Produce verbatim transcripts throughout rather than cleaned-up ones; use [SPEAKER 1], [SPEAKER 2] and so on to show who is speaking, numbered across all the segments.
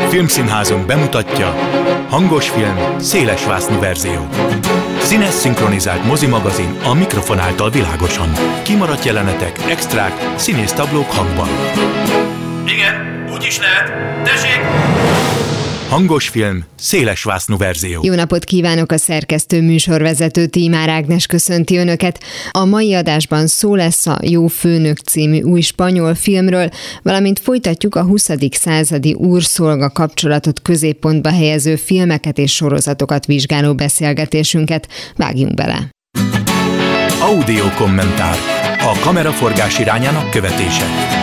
[SPEAKER 1] Filmszínházunk bemutatja hangos film, szélesvásznú verzió. Színes szinkronizált mozimagazin a mikrofon által világosan. Kimaradt jelenetek, extrák, színésztáblók hangban.
[SPEAKER 2] Igen, úgy is lehet. Tessék!
[SPEAKER 1] Hangos film, szélesvásznú verzió.
[SPEAKER 3] Jó napot kívánok, a szerkesztő műsorvezető Tímár Ágnes köszönti Önöket. A mai adásban szó lesz a Jó főnök című új spanyol filmről, valamint folytatjuk a huszadik századi úrszolga kapcsolatot középpontba helyező filmeket és sorozatokat vizsgáló beszélgetésünket. Vágjunk bele!
[SPEAKER 1] Audio kommentár. A kameraforgás irányának követése.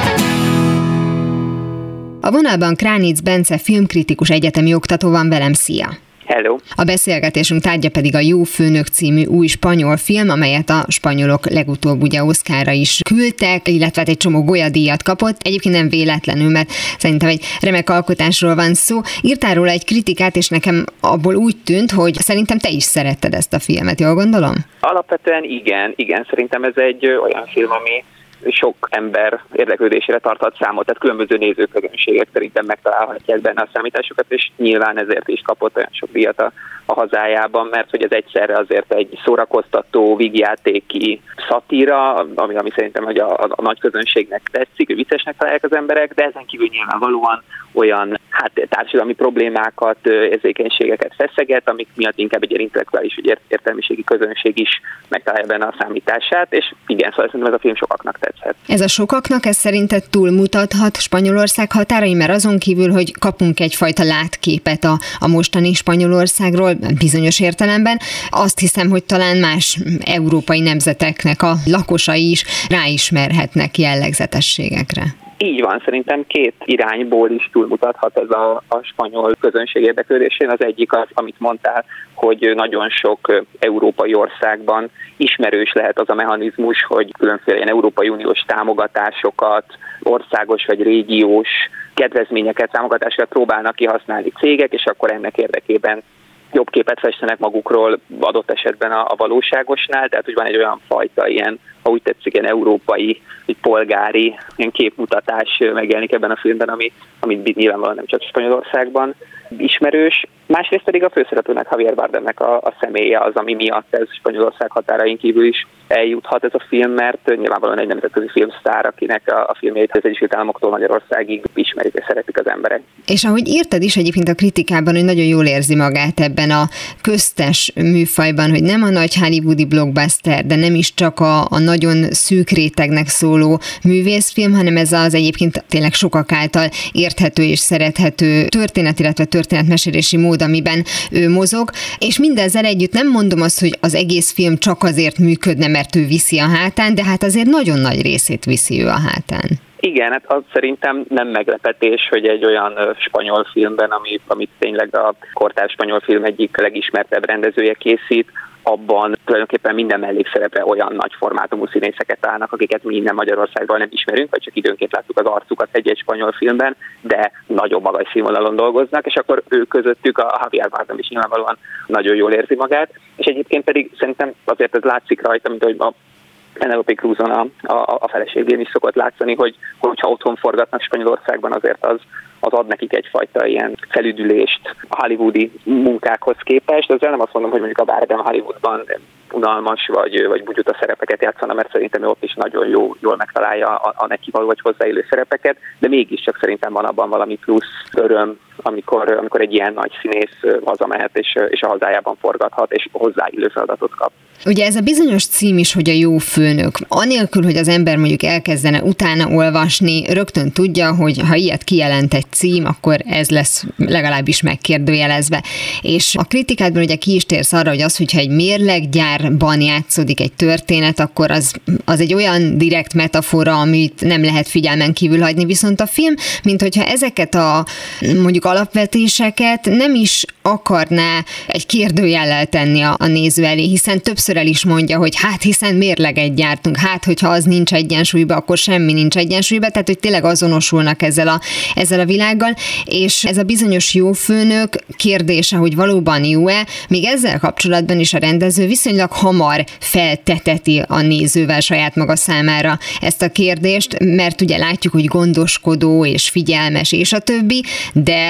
[SPEAKER 3] A vonalban Kránitz Bence filmkritikus egyetemi oktató van velem, szia!
[SPEAKER 4] Hello! A
[SPEAKER 3] beszélgetésünk tárgya pedig a Jó főnök című új spanyol film, amelyet a spanyolok legutóbb ugye Oscarra is küldtek, illetve egy csomó golyadíjat kapott. Egyébként nem véletlenül, mert szerintem egy remek alkotásról van szó. Írtál róla egy kritikát, és nekem abból úgy tűnt, hogy szerintem te is szeretted ezt a filmet, jól gondolom?
[SPEAKER 4] Alapvetően igen, igen, szerintem ez egy olyan film, ami sok ember érdeklődésére tarthat számot, tehát különböző nézőközönségek szerintem megtalálhatják benne a számításokat, és nyilván ezért is kapott olyan sok díjat a, a hazájában, mert hogy ez egyszerre azért egy szórakoztató, vígjátéki szatíra, ami, ami szerintem hogy a, a, a nagy közönségnek tetszik, hogy viccesnek találják az emberek, de ezen kívül nyilvánvalóan olyan hát, társadalmi problémákat, érzékenységeket feszeget, amik miatt inkább egy intellektuális vagy értelmiségi közönség is megtalálja benne a számítását, és igen, szóval szerintem ez a film sokaknak tetszett.
[SPEAKER 3] Ez a sokaknak, ez szerinted túlmutathat Spanyolország határain, mert azon kívül, hogy kapunk egyfajta látképet a, a mostani Spanyolországról bizonyos értelemben, azt hiszem, hogy talán más európai nemzeteknek a lakosai is ráismerhetnek jellegzetességekre.
[SPEAKER 4] Így van, szerintem két irányból is túlmutathat ez a, a spanyol közönség érdeklődésén. Az egyik az, amit mondtál, hogy nagyon sok európai országban ismerős lehet az a mechanizmus, hogy különféle ilyen Európai Uniós támogatásokat, országos vagy régiós kedvezményeket, támogatásokat próbálnak kihasználni cégek, és akkor ennek érdekében jobb képet festenek magukról adott esetben a, a valóságosnál, tehát hogy van egy olyan fajta ilyen, ha úgy tetszik, ilyen európai, egy polgári ilyen képmutatás megjelenik ebben a filmben, ami, ami nyilvánvalóan nem csak Spanyolországban ismerős. Másrészt pedig a főszereplőnek, Javier Bardemnek a, a személye az, ami miatt ez Spanyolország határain kívül is eljuthat ez a film, mert nyilvánvalóan egy nemzetközi filmsztár, akinek a, a filmjeit az Egyesült Államoktól Magyarországig ismerik és szeretik az emberek.
[SPEAKER 3] És ahogy írtad is egyébként a kritikában, hogy nagyon jól érzi magát ebben a köztes műfajban, hogy nem a nagy hollywoodi blockbuster, de nem is csak a, a nagyon szűk rétegnek szóló művészfilm, hanem ez az egyébként tényleg sokak által érthető és szerethető történet, illetve történetmesélési mód, amiben ő mozog, és mindezzel együtt nem mondom azt, hogy az egész film csak azért működne, mert ő viszi a hátán, de hát azért nagyon nagy részét viszi ő a hátán.
[SPEAKER 4] Igen, hát az szerintem nem meglepetés, hogy egy olyan spanyol filmben, ami, amit tényleg a kortárs spanyol film egyik legismertebb rendezője készít, abban tulajdonképpen minden mellékszerepe olyan nagy formátumú színészeket találnak, akiket mi innen Magyarországról nem ismerünk, vagy csak időnként láttuk az arcukat egy-egy spanyol filmben, de nagyon magas színvonalon dolgoznak, és akkor ők közöttük a Javier Bardem is nyilvánvalóan nagyon jól érzi magát, és egyébként pedig szerintem azért ez látszik rajta, mint hogy a Penélope Cruzon a, a, a feleségén is szokott látszani, hogy hogyha otthon forgatnak Spanyolországban, azért az, az ad nekik egyfajta ilyen felüdülést a hollywoodi munkákhoz képest. Ezzel nem azt mondom, hogy mondjuk a Bardem Hollywoodban unalmas vagy, vagy bugyuta szerepeket játszana, mert szerintem ő ott is nagyon jó, jól megtalálja a, a neki való vagy hozzáillő szerepeket, de mégiscsak szerintem van abban valami plusz öröm, amikor, amikor egy ilyen nagy színész hazamehet és, és a hazájában forgathat, és hozzáillő feladatot kap.
[SPEAKER 3] Ugye ez a bizonyos cím is, hogy a jó főnök. Anélkül, hogy az ember mondjuk elkezdene utána olvasni, rögtön tudja, hogy ha ilyet kijelent egy cím, akkor ez lesz legalábbis megkérdőjelezve. És a kritikádban ugye ki is térsz arra, hogy az, hogyha egy mérleggyárban játszódik egy történet, akkor az, az egy olyan direkt metafora, amit nem lehet figyelmen kívül hagyni. Viszont a film, mint hogyha ezeket a mondjuk alapvetéseket nem is akarná egy kérdőjellel tenni a, a néző elé, hiszen többször el is mondja, hogy hát hiszen mérleget gyártunk, hát hogyha az nincs egyensúlyban, akkor semmi nincs egyensúlyban, tehát hogy tényleg azonosulnak ezzel a, ezzel a világgal, és ez a bizonyos jó főnök kérdése, hogy valóban jó-e, még ezzel kapcsolatban is a rendező viszonylag hamar felteteti a nézővel saját maga számára ezt a kérdést, mert ugye látjuk, hogy gondoskodó és figyelmes és a többi, de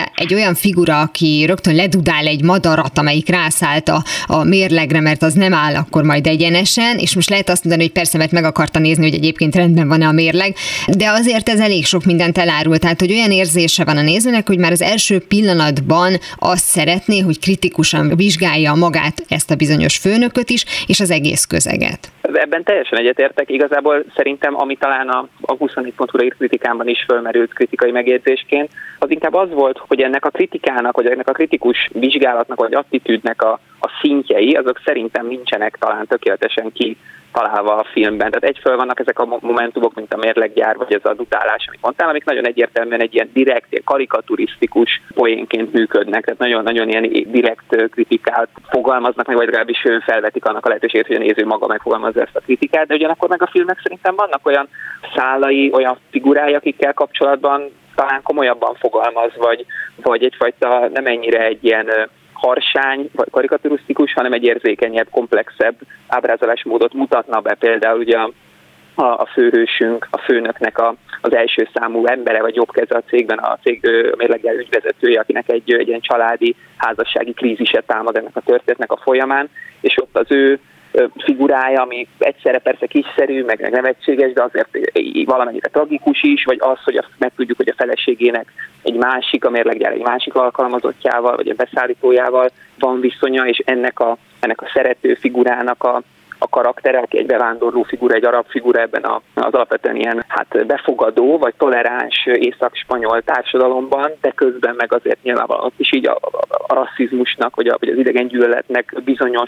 [SPEAKER 3] ugye egy olyan figura, aki rögtön ledudál egy madarat, amelyik rászállt a, a mérlegre, mert az nem áll akkor majd egyenesen, és most lehet azt mondani, hogy persze, mert meg akarta nézni, hogy egyébként rendben van-e a mérleg, de azért ez elég sok mindent elárul, tehát hogy olyan érzése van a nézőnek, hogy már az első pillanatban azt szeretné, hogy kritikusan vizsgálja magát, ezt a bizonyos főnököt is, és az egész közeget.
[SPEAKER 4] Ebben teljesen egyetértek. Igazából szerintem, ami talán a, a huszonnégy pont hu-ra írt kritikámban is fölmerült kritikai megjegyzésként, az inkább az volt, hogy ennek a kritikának, vagy ennek a kritikus vizsgálatnak, vagy attitűdnek a, a szintjei, azok szerintem nincsenek talán tökéletesen ki találva a filmben. Tehát egyfelől vannak ezek a momentumok, mint a mérleggyár, vagy ez az utálás, amit mondtál, amik nagyon egyértelműen egy ilyen direkt, ilyen karikaturisztikus poénként működnek, tehát nagyon-nagyon ilyen direkt kritikát fogalmaznak meg, vagy legalábbis felvetik annak a lehetőséget, hogy a néző maga megfogalmazza ezt a kritikát, de ugyanakkor meg a filmnek szerintem vannak olyan szálai, olyan figurái, akikkel kapcsolatban talán komolyabban fogalmaz, vagy, vagy egyfajta nem ennyire egy ilyen harsány, vagy karikaturisztikus, hanem egy érzékenyebb, komplexebb ábrázolásmódot mutatna be. Például ugye a, a, a főhősünk, a főnöknek a, az első számú embere, vagy jobb keze a cégben, a cég a mérleggyár ügyvezetője, akinek egy, egy ilyen családi, házassági krízise támad ennek a történetnek a folyamán, és ott az ő figurája, ami egyszerre persze kiszerű, meg nevetséges, de azért valamennyire tragikus is, vagy az, hogy megtudjuk, hogy a feleségének egy másik, a mérleggyár egy másik alkalmazottjával, vagy a beszállítójával van viszonya, és ennek a, ennek a szerető figurának a, a karaktere, aki egy bevándorló figura, egy arab figura ebben a, az alapvetően ilyen hát befogadó, vagy toleráns észak-spanyol társadalomban, de közben meg azért nyilvánvalóan ott is így a, a, a rasszizmusnak, vagy, a, vagy az idegen gyűlöletnek bizonyos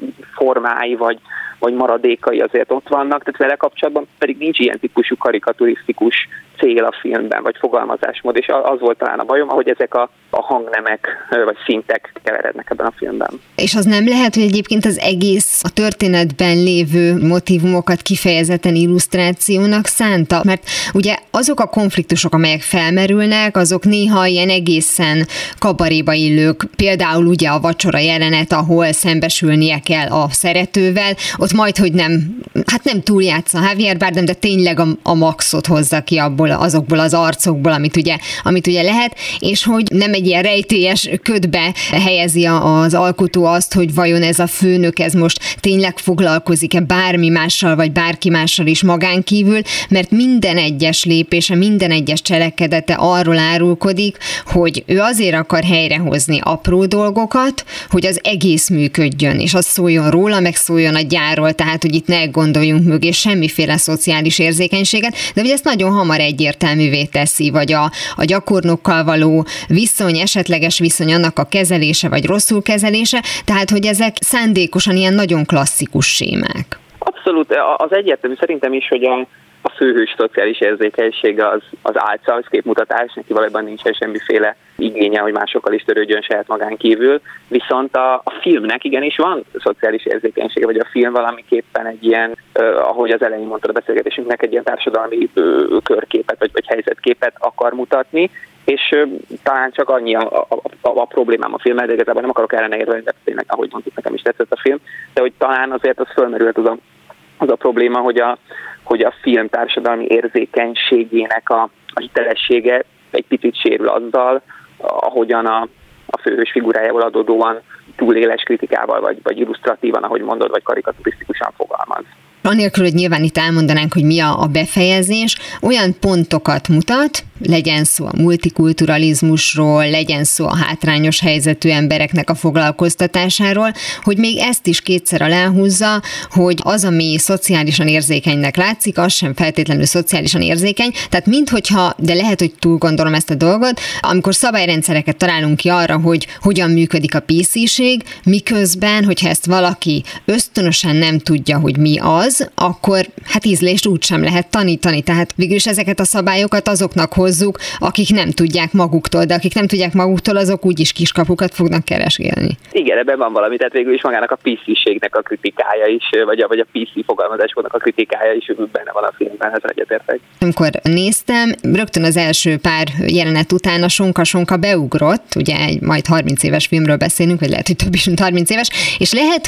[SPEAKER 4] formái, vagy, vagy maradékai azért ott vannak, tehát vele kapcsolatban pedig nincs ilyen típusú karikaturisztikus cél a filmben, vagy fogalmazásmód, és az volt talán a bajom, ahogy ezek a, a hangnemek, vagy szintek keverednek ebben a filmben.
[SPEAKER 3] És az nem lehet, hogy egyébként az egész a történetben lévő motívumokat kifejezetten illusztrációnak szánta? Mert ugye azok a konfliktusok, amelyek felmerülnek, azok néha ilyen egészen kabaréba illők. Például ugye a vacsora jelenet, ahol szembesülnie kell a szeretővel, ott majdhogy nem, hát nem túljátsza Javier Bardem, de tényleg a, a maxot hozza ki abból, azokból az arcokból, amit ugye, amit ugye lehet, és hogy nem egy ilyen rejtélyes ködbe helyezi az alkotó azt, hogy vajon ez a főnök, ez most tényleg foglalkozik-e bármi mással, vagy bárki mással is magán kívül, mert minden egyes lépése, minden egyes cselekedete arról árulkodik, hogy ő azért akar helyrehozni apró dolgokat, hogy az egész működjön, és az szóljon róla, meg szóljon a gyárról, tehát, hogy itt ne gondoljunk mögé semmiféle szociális érzékenységet, de hogy ezt nagyon hamar egyértelművé teszi, vagy a, a gyakornokkal való viszony, esetleges viszony, annak a kezelése, vagy rosszul kezelése, tehát, hogy ezek szándékosan ilyen nagyon klasszikus sémák.
[SPEAKER 4] Abszolút, az egyértelmű szerintem is, hogy a a főhős szociális érzékenysége az, az álca, az képmutatás, neki valójában nincsen semmiféle igénye, hogy másokkal is törődjön saját magán kívül, viszont a, a filmnek igenis van szociális érzékenysége, vagy a film valamiképpen egy ilyen, uh, ahogy az elején mondtad a beszélgetésünknek, egy ilyen társadalmi uh, körképet, vagy, vagy helyzetképet akar mutatni, és uh, talán csak annyi a, a, a, a problémám a filmmel, de igazából nem akarok ellene érvelni, de tényleg, ahogy mondtuk, nekem is tetszett a film, de hogy talán azért az fölmerült az a, az a probléma, hogy a hogy a film társadalmi érzékenységének a, a hitelessége egy picit sérül azzal, ahogyan a, a főhős figurájából adódóan túl éles kritikával, vagy, vagy illusztratívan, ahogy mondod, vagy karikaturisztikusan fogalmaz.
[SPEAKER 3] Anélkül, hogy nyilván itt elmondanánk, hogy mi a, a befejezés, olyan pontokat mutat, legyen szó a multikulturalizmusról, legyen szó a hátrányos helyzetű embereknek a foglalkoztatásáról, hogy még ezt is kétszer aláhúzza, hogy az, ami szociálisan érzékenynek látszik, az sem feltétlenül szociálisan érzékeny, tehát minthogyha, de lehet, hogy túl gondolom ezt a dolgot, amikor szabályrendszereket találunk ki arra, hogy hogyan működik a pé cé-ség, miközben, hogyha ezt valaki ösztönösen nem tudja, hogy mi az, akkor hát ízlést úgysem lehet tanítani. Tehát végülis ezeket a szabályokat azoknak hozzuk, akik nem tudják maguktól, de akik nem tudják maguktól, azok úgyis kiskapukat fognak keresgélni.
[SPEAKER 4] Igen, ebben van valami, tehát végül is magának a pé cé-ségnek a kritikája is, vagy a, vagy a pé cé fogalmazásnak a kritikája is benne van a filmben, ez egyetértek.
[SPEAKER 3] Amikor néztem, rögtön az első pár jelenet után a sonka-sonka beugrott, ugye egy majd harminc éves filmről beszélünk, vagy lehet, hogy több is, mint harminc éves, és lehet, hogy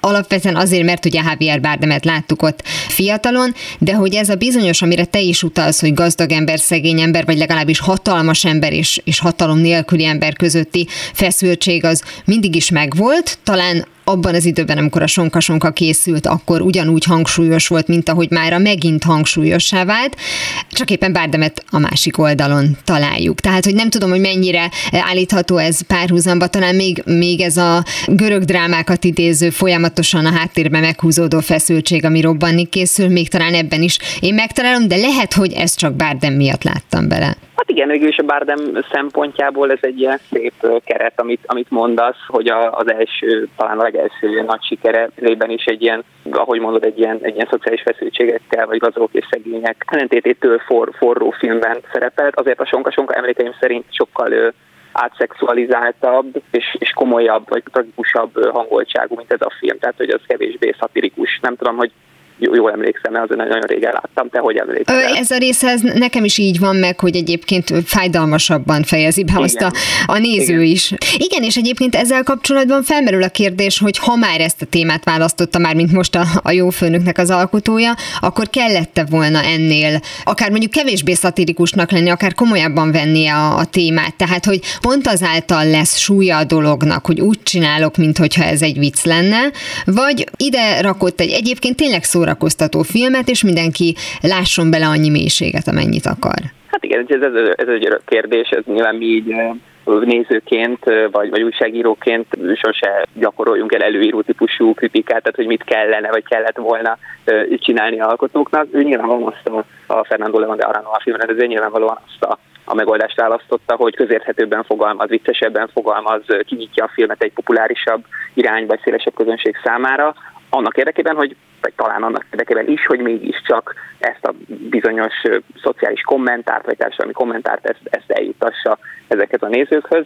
[SPEAKER 3] alapvetően azért, mert ugye Javier Bardemet láttuk ott fiatalon, de hogy ez a bizonyos, amire te is utalsz, hogy gazdag ember, szegény ember, vagy legalábbis hatalmas ember és, és hatalom nélküli ember közötti feszültség az mindig is megvolt, talán abban az időben, amikor a Sonka-Sonka készült, akkor ugyanúgy hangsúlyos volt, mint ahogy mára megint hangsúlyossá vált, csak éppen Bardemet a másik oldalon találjuk. Tehát, hogy nem tudom, hogy mennyire állítható ez párhuzamba, talán még, még ez a görög drámákat idéző, folyamatosan a háttérben meghúzódó feszültség, ami robbanni készül, még talán ebben is én megtalálom, de lehet, hogy ezt csak Bardem miatt láttam bele.
[SPEAKER 4] Hát igen, végülis a Bardem szempontjából ez egy ilyen szép keret, amit, amit mondasz, hogy a, az első, talán a legelső nagy sikere lében is egy ilyen, ahogy mondod, egy ilyen, egy ilyen szociális feszültségekkel, vagy gazdagok és szegények ellentététől for, forró filmben szerepelt. Azért a Sonka-Sonka emlékeim szerint sokkal ő, átszexualizáltabb és, és komolyabb, vagy tragikusabb hangoltságú, mint ez a film. Tehát, hogy az kevésbé szatirikus. Nem tudom, hogy jól emlékszem, mert azért nagyon régen láttam, te hogy emlékszel?
[SPEAKER 3] Ez a része ez nekem is így van meg, hogy egyébként fájdalmasabban fejezi be azt a, a néző Igen. is. Igen, és egyébként ezzel kapcsolatban felmerül a kérdés, hogy ha már ezt a témát választotta már, mint most a, a Jó főnöknek az alkotója, akkor kellett volna ennél, akár mondjuk kevésbé szatirikusnak lenni, akár komolyabban venni a, a témát. Tehát, hogy pont azáltal lesz súlya a dolognak, hogy úgy csinálok, minthogyha ez egy vicc lenne, vagy ide rakott egy egyébként tényleg szóra szórakoztató filmet, és mindenki lásson bele annyi mélységet, amennyit akar.
[SPEAKER 4] Hát igen, ez, ez, ez egy kérdés, ez nyilván mi így nézőként, vagy, vagy újságíróként sose gyakoroljunk el előíró típusú kritikát, tehát hogy mit kellene, vagy kellett volna csinálni a alkotóknak. Ő nyilvánvalóan azt a, a Fernando León de Arana a filmrendező nyilvánvalóan azt a a megoldást választotta, hogy közérthetőbben fogalmaz, viccesebben fogalmaz, kinyitja a filmet egy populárisabb irányba, egy szélesebb közönség számára, annak érdekében, hogy, vagy talán annak érdekében is, hogy mégiscsak ezt a bizonyos szociális kommentárt, vagy társadalmi kommentárt, ezt, ezt eljutassa ezeket a nézőkhöz.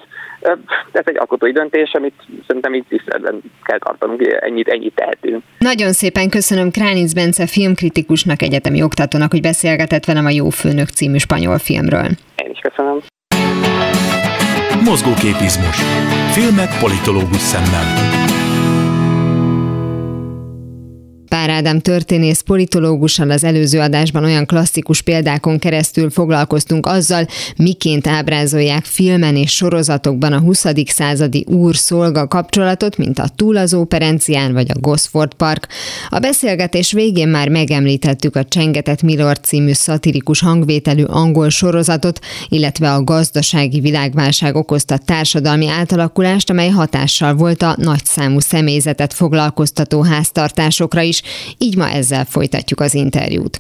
[SPEAKER 4] Ez egy alkotói döntés, amit szerintem így tiszteletben kell tartanunk, ennyit, ennyit tehetünk.
[SPEAKER 3] Nagyon szépen köszönöm Kránic Bence filmkritikusnak, egyetemi oktatónak, hogy beszélgetett velem a Jó főnök című spanyol filmről.
[SPEAKER 4] Én is köszönöm.
[SPEAKER 1] Mozgóképizmus. Filmek politológus szemmel.
[SPEAKER 3] Pár Ádám történész politológussal az előző adásban olyan klasszikus példákon keresztül foglalkoztunk azzal, miként ábrázolják filmen és sorozatokban a huszadik századi úr-szolga kapcsolatot, mint a Túl az Óperencián vagy a Gosford Park. A beszélgetés végén már megemlítettük a Csengetett Milord című szatirikus hangvételű angol sorozatot, illetve a gazdasági világválság okozta társadalmi átalakulást, amely hatással volt a nagyszámú személyzetet foglalkoztató háztartásokra is. Így ma ezzel folytatjuk az interjút.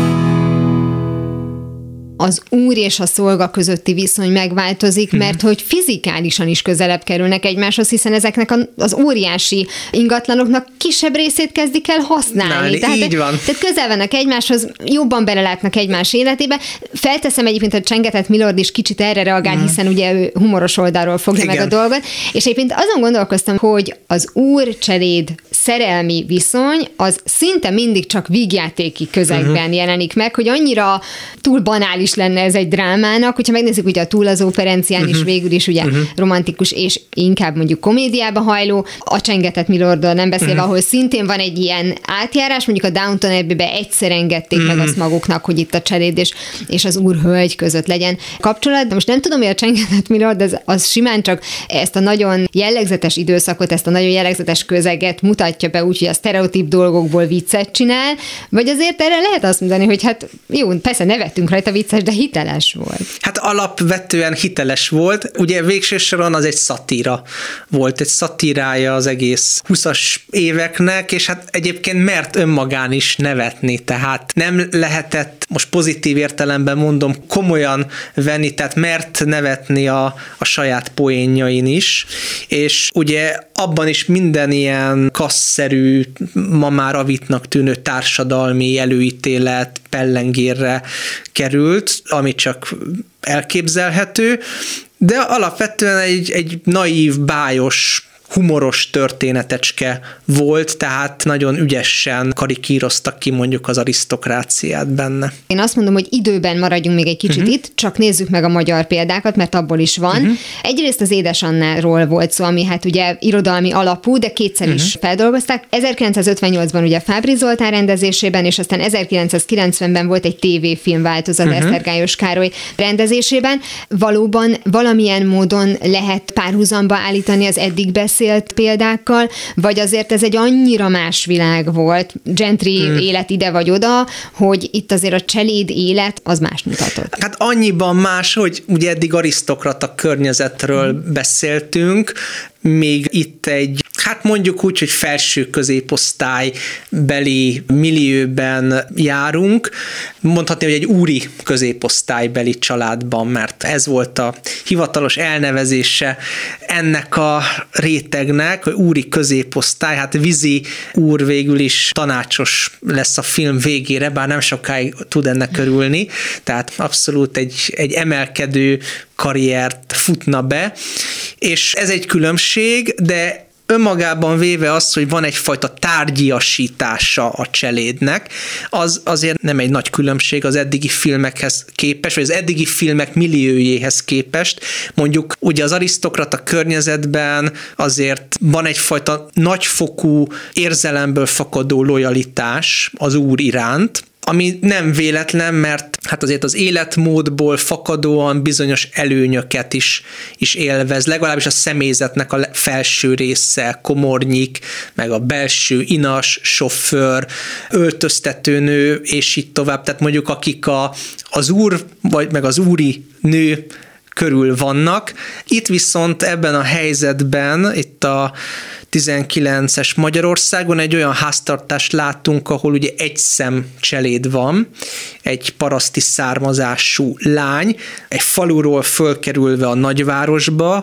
[SPEAKER 3] Az úr és a szolga közötti viszony megváltozik, mert hogy fizikálisan is közelebb kerülnek egymáshoz, hiszen ezeknek az óriási ingatlanoknak kisebb részét kezdik el használni.
[SPEAKER 5] Na,
[SPEAKER 3] tehát,
[SPEAKER 5] így van.
[SPEAKER 3] Tehát közel vannak egymáshoz, jobban belelátnak egymás életébe. Felteszem egyébként, hogy Csengetett Milord is kicsit erre reagál, mm. hiszen ugye ő humoros oldalról fogja Igen. meg a dolgot. És egyébként azon gondolkoztam, hogy az úr-cseléd szerelmi viszony az szinte mindig csak vígjátéki közegben uh-huh. jelenik meg, hogy annyira túl banális lenne ez egy drámának, hogyha megnézzük, ugye a Túl az Óperencián uh-huh. is végül is ugye uh-huh. romantikus és inkább mondjuk komédiába hajló, a Csengetett Milorddal nem beszélve, uh-huh. ahol szintén van egy ilyen átjárás, mondjuk a Downton Abbey-be egyszer engedték uh-huh. meg azt maguknak, hogy itt a cseléd és, és az úr-hölgy között legyen kapcsolat. De most nem tudom, hogy a Csengetett Milord az, az simán csak ezt a nagyon jellegzetes időszakot, ezt a nagyon jellegzetes közeget mutatja be úgy, hogy a sztereotíp dolgokból viccet csinál, vagy azért erre lehet azt mondani, hogy hát jó, persze nevettünk rajta vicces, de hiteles volt.
[SPEAKER 5] Hát alapvetően hiteles volt. Ugye végső soron az egy szatíra volt, egy szatírája az egész huszas éveknek, és hát egyébként mert önmagán is nevetni, tehát nem lehetett, most pozitív értelemben mondom, komolyan venni, tehát mert nevetni a, a saját poénjain is, és ugye abban is minden ilyen kasszerű, ma már avitnak tűnő társadalmi előítélet pellengérre került, ami csak elképzelhető, de alapvetően egy, egy naív, bájos humoros történetecske volt, tehát nagyon ügyesen karikíroztak ki mondjuk az arisztokráciát benne.
[SPEAKER 3] Én azt mondom, hogy időben maradjunk még egy kicsit uh-huh. itt, csak nézzük meg a magyar példákat, mert abból is van. Uh-huh. Egyrészt az Édes Annáról volt szó, ami hát ugye irodalmi alapú, de kétszer uh-huh. is feldolgozták. ezerkilencszázötvennyolcban ugye Fábry Zoltán rendezésében, és aztán ezerkilencszázkilencvenben volt egy tévéfilm változat uh-huh. Esztergályos Károly rendezésében. Valóban valamilyen módon lehet párhuzamba állítani az eddig beszélt példákkal, vagy azért ez egy annyira más világ volt, gentry hmm. élet ide vagy oda, hogy itt azért a cseléd élet az más mutatott.
[SPEAKER 5] Hát annyiban más, hogy ugye eddig arisztokrata környezetről hmm. beszéltünk, még itt egy, hát mondjuk úgy, hogy felső középosztálybeli millióben járunk, mondhatni, hogy egy úri középosztálybeli családban, mert ez volt a hivatalos elnevezése ennek a rétegnek, hogy úri középosztály, hát Vizi úr végül is tanácsos lesz a film végére, bár nem sokáig tud ennek örülni, tehát abszolút egy, egy emelkedő karriert futna be, és ez egy különbség, de önmagában véve az, hogy van egyfajta tárgyiasítása a cselédnek, az azért nem egy nagy különbség az eddigi filmekhez képest, vagy az eddigi filmek milliójéhez képest. Mondjuk ugye az arisztokrata környezetben azért van egyfajta nagyfokú érzelemből fakadó lojalitás az úr iránt, ami nem véletlen, mert hát azért az életmódból fakadóan bizonyos előnyöket is, is élvez, legalábbis a személyzetnek a felső része, komornyik, meg a belső inas, sofőr, öltöztetőnő, és így tovább, tehát mondjuk akik a, az úr, vagy meg az úri nő körül vannak. Itt viszont ebben a helyzetben, itt a tizenkilences Magyarországon egy olyan háztartást látunk, ahol ugye egy szem cseléd van, egy paraszti származású lány, egy faluról fölkerülve a nagyvárosba,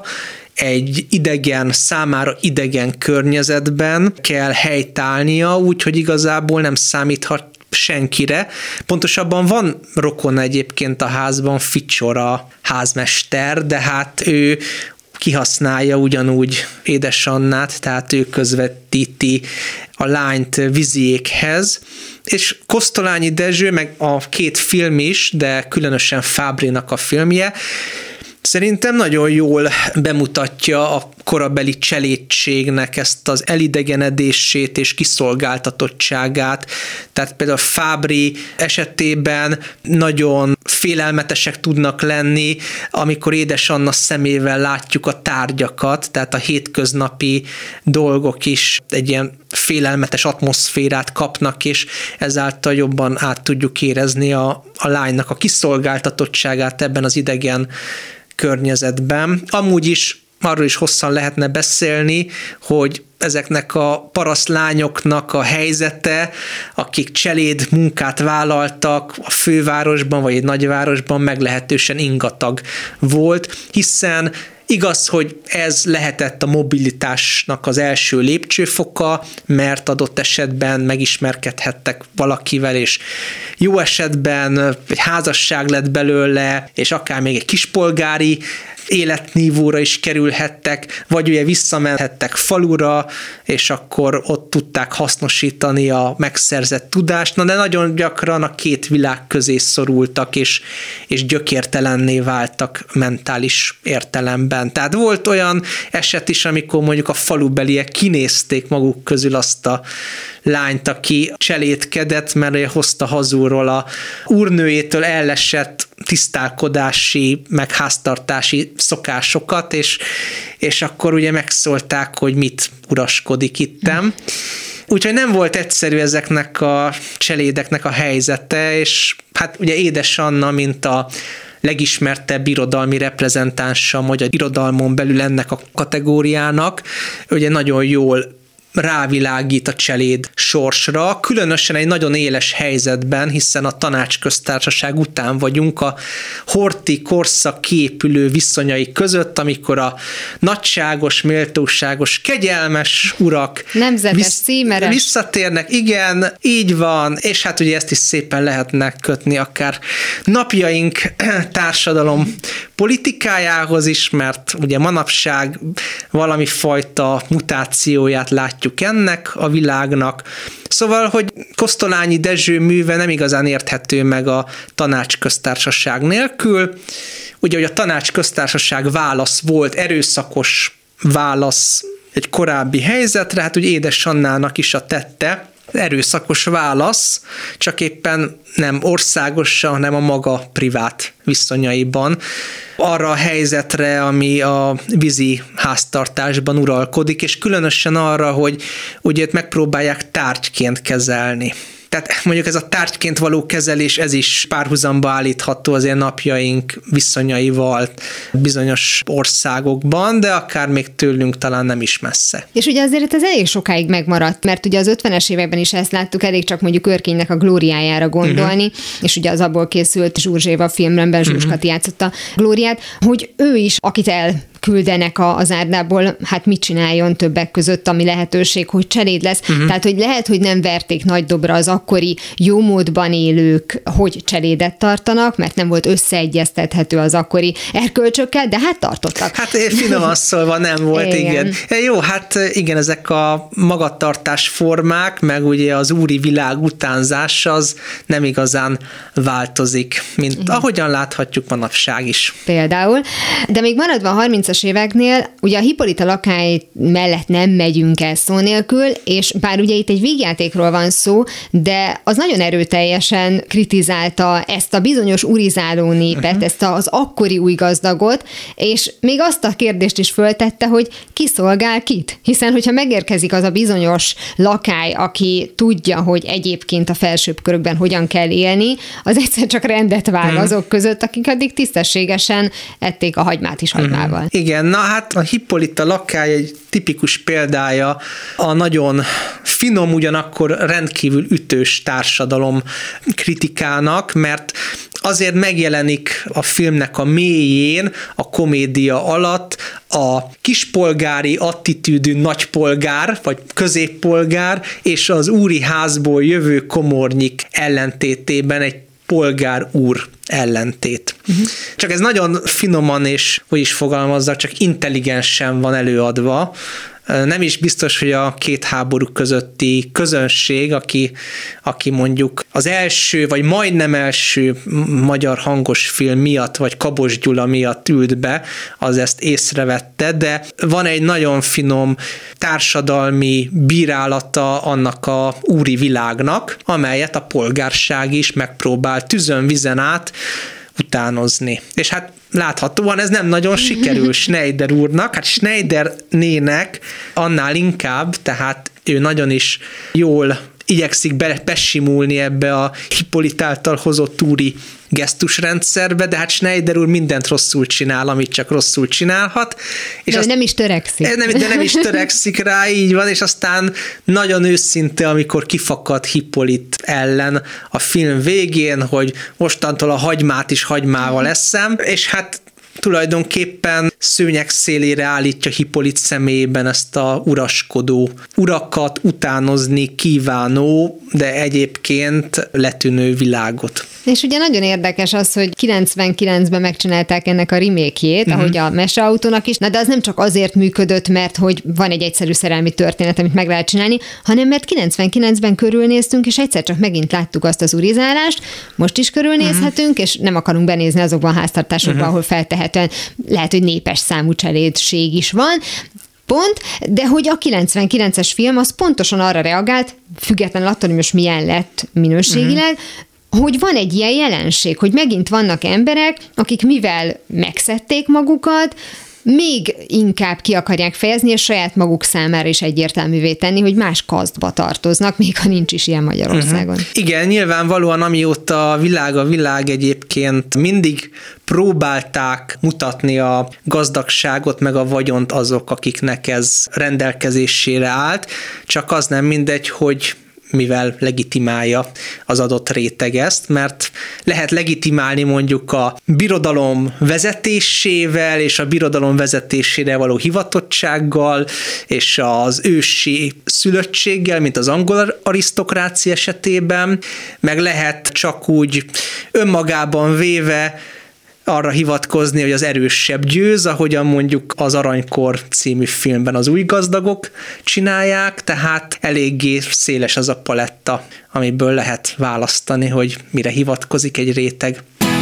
[SPEAKER 5] egy idegen, számára idegen környezetben kell helytállnia, úgyhogy igazából nem számíthat senkire. Pontosabban van rokona egyébként a házban, Ficsor a házmester, de hát ő kihasználja ugyanúgy édesannát, tehát ő közvetíti a lányt Viziékhez, és Kosztolányi Dezső, meg a két film is, de különösen Fábrynak a filmje, szerintem nagyon jól bemutatja a korabeli cselédségnek ezt az elidegenedését és kiszolgáltatottságát. Tehát például Fábry esetében nagyon félelmetesek tudnak lenni, amikor édesanna szemével látjuk a tárgyakat, tehát a hétköznapi dolgok is egy ilyen félelmetes atmoszférát kapnak, és ezáltal jobban át tudjuk érezni a, a lánynak a kiszolgáltatottságát ebben az idegen környezetben. Amúgy is arról is hosszan lehetne beszélni, hogy ezeknek a parasztlányoknak a helyzete, akik cseléd munkát vállaltak a fővárosban vagy egy nagyvárosban, meglehetősen ingatag volt, hiszen igaz, hogy ez lehetett a mobilitásnak az első lépcsőfoka, mert adott esetben megismerkedhettek valakivel, és jó esetben egy házasság lett belőle, és akár még egy kispolgári életnívóra is kerülhettek, vagy ugye visszamenhettek falura, és akkor ott tudták hasznosítani a megszerzett tudást, na de nagyon gyakran a két világ közé szorultak, és, és gyökértelenné váltak mentális értelemben. Tehát volt olyan eset is, amikor mondjuk a falubeliek kinézték maguk közül azt a lányt, aki cselédkedett, mert hozta hazulról a úrnőjétől ellesett tisztálkodási, meg háztartási szokásokat, és, és akkor ugye megszólták, hogy mit uralkodik ittem. Úgyhogy nem volt egyszerű ezeknek a cselédeknek a helyzete, és hát ugye édesanna, mint a legismertebb irodalmi reprezentánsa a magyar irodalmon belül ennek a kategóriának, ugye nagyon jól rávilágít a cseléd sorsra, különösen egy nagyon éles helyzetben, hiszen a tanácsköztársaság után vagyunk a horthy korszak kiépülő viszonyai között, amikor a nagyságos, méltóságos, kegyelmes urak
[SPEAKER 3] nemzetes visz- címeres.
[SPEAKER 5] visszatérnek, igen, így van, és hát ugye ezt is szépen lehetne kötni akár napjaink társadalom politikájához is, mert ugye manapság valami fajta mutációját látjuk ennek a világnak. Szóval, hogy Kosztolányi Dezső műve nem igazán érthető meg a tanácsköztársaság nélkül. Ugye, hogy a tanácsköztársaság válasz volt, erőszakos válasz egy korábbi helyzetre, hát ugye Édes Annának is a tette, erőszakos válasz, csak éppen nem országosan, hanem a maga privát viszonyaiban. Arra a helyzetre, ami a vízi háztartásban uralkodik, és különösen arra, hogy ugye megpróbálják tárgyként kezelni. Tehát mondjuk ez a tárgyként való kezelés, ez is párhuzamba állítható az ilyen napjaink viszonyaival bizonyos országokban, de akár még tőlünk talán nem is messze.
[SPEAKER 3] És ugye azért ez elég sokáig megmaradt, mert ugye az ötvenes években is ezt láttuk, elég csak mondjuk Örkénynek a Glóriájára gondolni, uh-huh. és ugye az abból készült Zsurzséva filmben Zsuzs Kati játszotta Glóriát, hogy ő is, akit el küldenek az árdából, hát mit csináljon többek között, ami lehetőség, hogy cseléd lesz. Uh-huh. Tehát, hogy lehet, hogy nem verték nagy dobra az akkori jómódban élők, hogy cselédet tartanak, mert nem volt összeegyeztethető az akkori erkölcsökkel, de hát tartottak.
[SPEAKER 5] Hát finoman szólva nem volt, igen. igen. Jó, hát igen, ezek a magatartás formák, meg ugye az úri világ utánzás az nem igazán változik, mint igen. ahogyan láthatjuk manapság is.
[SPEAKER 3] Például. De még maradva a harmincas éveknél, ugye a Hippolyta lakály mellett nem megyünk el szó nélkül, és bár ugye itt egy vígjátékról van szó, de az nagyon erőteljesen kritizálta ezt a bizonyos urizáló népet, uh-huh. ezt az akkori új gazdagot, és még azt a kérdést is föltette, hogy ki szolgál kit. Hiszen, hogyha megérkezik az a bizonyos lakály, aki tudja, hogy egyébként a felsőbb körökben hogyan kell élni, az egyszer csak rendet vág uh-huh. azok között, akik addig tisztességesen ették a hagymát is hagymával. Uh-huh.
[SPEAKER 5] Igen, na hát a Hippolyta lakály egy tipikus példája a nagyon finom, ugyanakkor rendkívül ütős társadalom kritikának, mert azért megjelenik a filmnek a mélyén, a komédia alatt a kispolgári attitűdű nagypolgár, vagy középpolgár, és az úri házból jövő komornyik ellentétében egy polgár úr ellentét. Uh-huh. Csak ez nagyon finoman és, hogy is fogalmazzak, csak intelligensen van előadva. Nem is biztos, hogy a két háború közötti közönség, aki, aki mondjuk az első, vagy majdnem első magyar hangos film miatt, vagy Kabos Gyula miatt ült be, az ezt észrevette, de van egy nagyon finom társadalmi bírálata annak a úri világnak, amelyet a polgárság is megpróbál tüzön vizen át utánozni. És hát láthatóan ez nem nagyon sikerül Schneider úrnak, hát Schneider nének annál inkább, tehát ő nagyon is jól igyekszik be, besimulni ebbe a Hippolyt által hozott úri gesztusrendszerbe, de hát Schneider úr mindent rosszul csinál, amit csak rosszul csinálhat. És
[SPEAKER 3] de
[SPEAKER 5] azt,
[SPEAKER 3] nem is törekszik.
[SPEAKER 5] Nem, de nem is törekszik rá, így van, és aztán nagyon őszinte, amikor kifakad Hippolyt ellen a film végén, hogy mostantól a hagymát is hagymával eszem, és hát tulajdonképpen szőnyeg szélére állítja Hippolyt személyében ezt a uraskodó, urakat utánozni kívánó, de egyébként letűnő világot.
[SPEAKER 3] És ugye nagyon érdekes az, hogy kilencvenkilencben megcsinálták ennek a remake-jét, uh-huh. ahogy a Meseautónak is, na de az nem csak azért működött, mert hogy van egy egyszerű szerelmi történet, amit meg lehet csinálni, hanem mert kilencvenkilencben körülnéztünk, és egyszer csak megint láttuk azt az urizálást, most is körülnézhetünk, uh-huh. és nem akarunk benézni azokban a háztartásokban, uh-huh. ahol feltehetően lehet, hogy népes számú cselédség is van, pont, de hogy a kilencvenkilences film az pontosan arra reagált, függetlenül attól, hogy most milyen lett minőségileg, uh-huh. hogy van egy ilyen jelenség, hogy megint vannak emberek, akik mivel megszedték magukat, még inkább ki akarják fejezni, és saját maguk számára is egyértelművé tenni, hogy más kasztba tartoznak, még ha nincs is ilyen Magyarországon. Uh-huh.
[SPEAKER 5] Igen, nyilvánvalóan amióta a világ a világ egyébként mindig próbálták mutatni a gazdagságot, meg a vagyont azok, akiknek ez rendelkezésére állt, csak az nem mindegy, hogy mivel legitimálja az adott réteg ezt, mert lehet legitimálni mondjuk a birodalom vezetésével, és a birodalom vezetésére való hivatottsággal, és az ősi szülöttséggel, mint az angol arisztokrácia esetében, meg lehet csak úgy önmagában véve arra hivatkozni, hogy az erősebb győz, ahogyan mondjuk az Aranykor című filmben az új gazdagok csinálják, tehát eléggé széles az a paletta, amiből lehet választani, hogy mire hivatkozik egy réteg.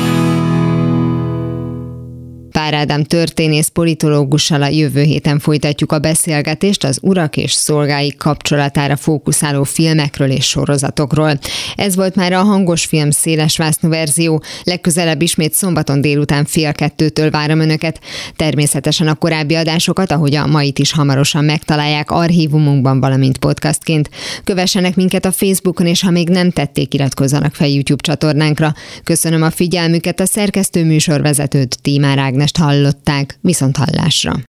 [SPEAKER 3] Pár Ádám történész politológussal a jövő héten folytatjuk a beszélgetést az urak és szolgáik kapcsolatára fókuszáló filmekről és sorozatokról. Ez volt már a Hangos Film szélesvásznú verzió, legközelebb ismét szombaton délután fél kettőtől várom Önöket. Természetesen a korábbi adásokat, ahogy a mait is hamarosan megtalálják archívumunkban, valamint podcastként. Kövessenek minket a Facebookon, és ha még nem tették, iratkozzanak fel YouTube csatornánkra. Köszönöm a figyelmüket, a szerkesztő műsorvezetőt, Tímár Ágnest hallották, viszont hallásra.